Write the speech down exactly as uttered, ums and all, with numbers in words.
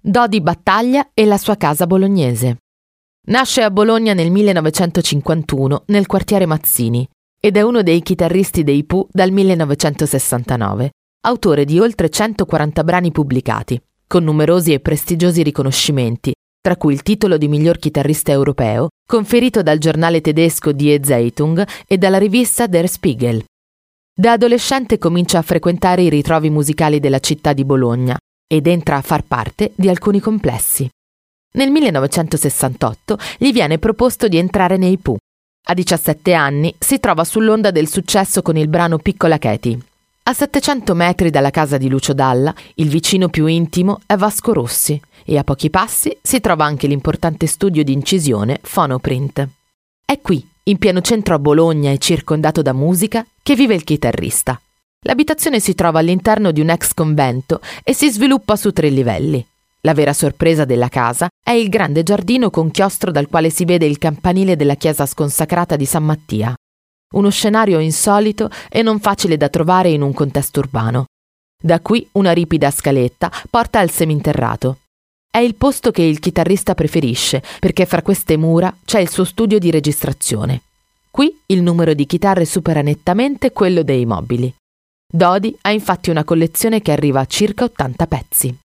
Dodi Battaglia e la sua casa bolognese. Nasce a Bologna nel millenovecentocinquantuno nel quartiere Mazzini ed è uno dei chitarristi dei Pooh dal millenovecentosessantanove, autore di oltre centoquaranta brani pubblicati, con numerosi e prestigiosi riconoscimenti, tra cui il titolo di miglior chitarrista europeo, conferito dal giornale tedesco Die Zeitung e dalla rivista Der Spiegel. Da adolescente comincia a frequentare i ritrovi musicali della città di Bologna ed entra a far parte di alcuni complessi. Nel millenovecentosessantotto gli viene proposto di entrare nei Pooh. A diciassette anni si trova sull'onda del successo con il brano Piccola Katie. A settecento metri dalla casa di Lucio Dalla, il vicino più intimo è Vasco Rossi e a pochi passi si trova anche l'importante studio di incisione Phonoprint. È qui, in pieno centro a Bologna e circondato da musica, che vive il chitarrista. L'abitazione si trova all'interno di un ex convento e si sviluppa su tre livelli. La vera sorpresa della casa è il grande giardino con chiostro dal quale si vede il campanile della chiesa sconsacrata di San Mattia. Uno scenario insolito e non facile da trovare in un contesto urbano. Da qui una ripida scaletta porta al seminterrato. È il posto che il chitarrista preferisce perché fra queste mura c'è il suo studio di registrazione. Qui il numero di chitarre supera nettamente quello dei mobili. Dodi ha infatti una collezione che arriva a circa ottanta pezzi.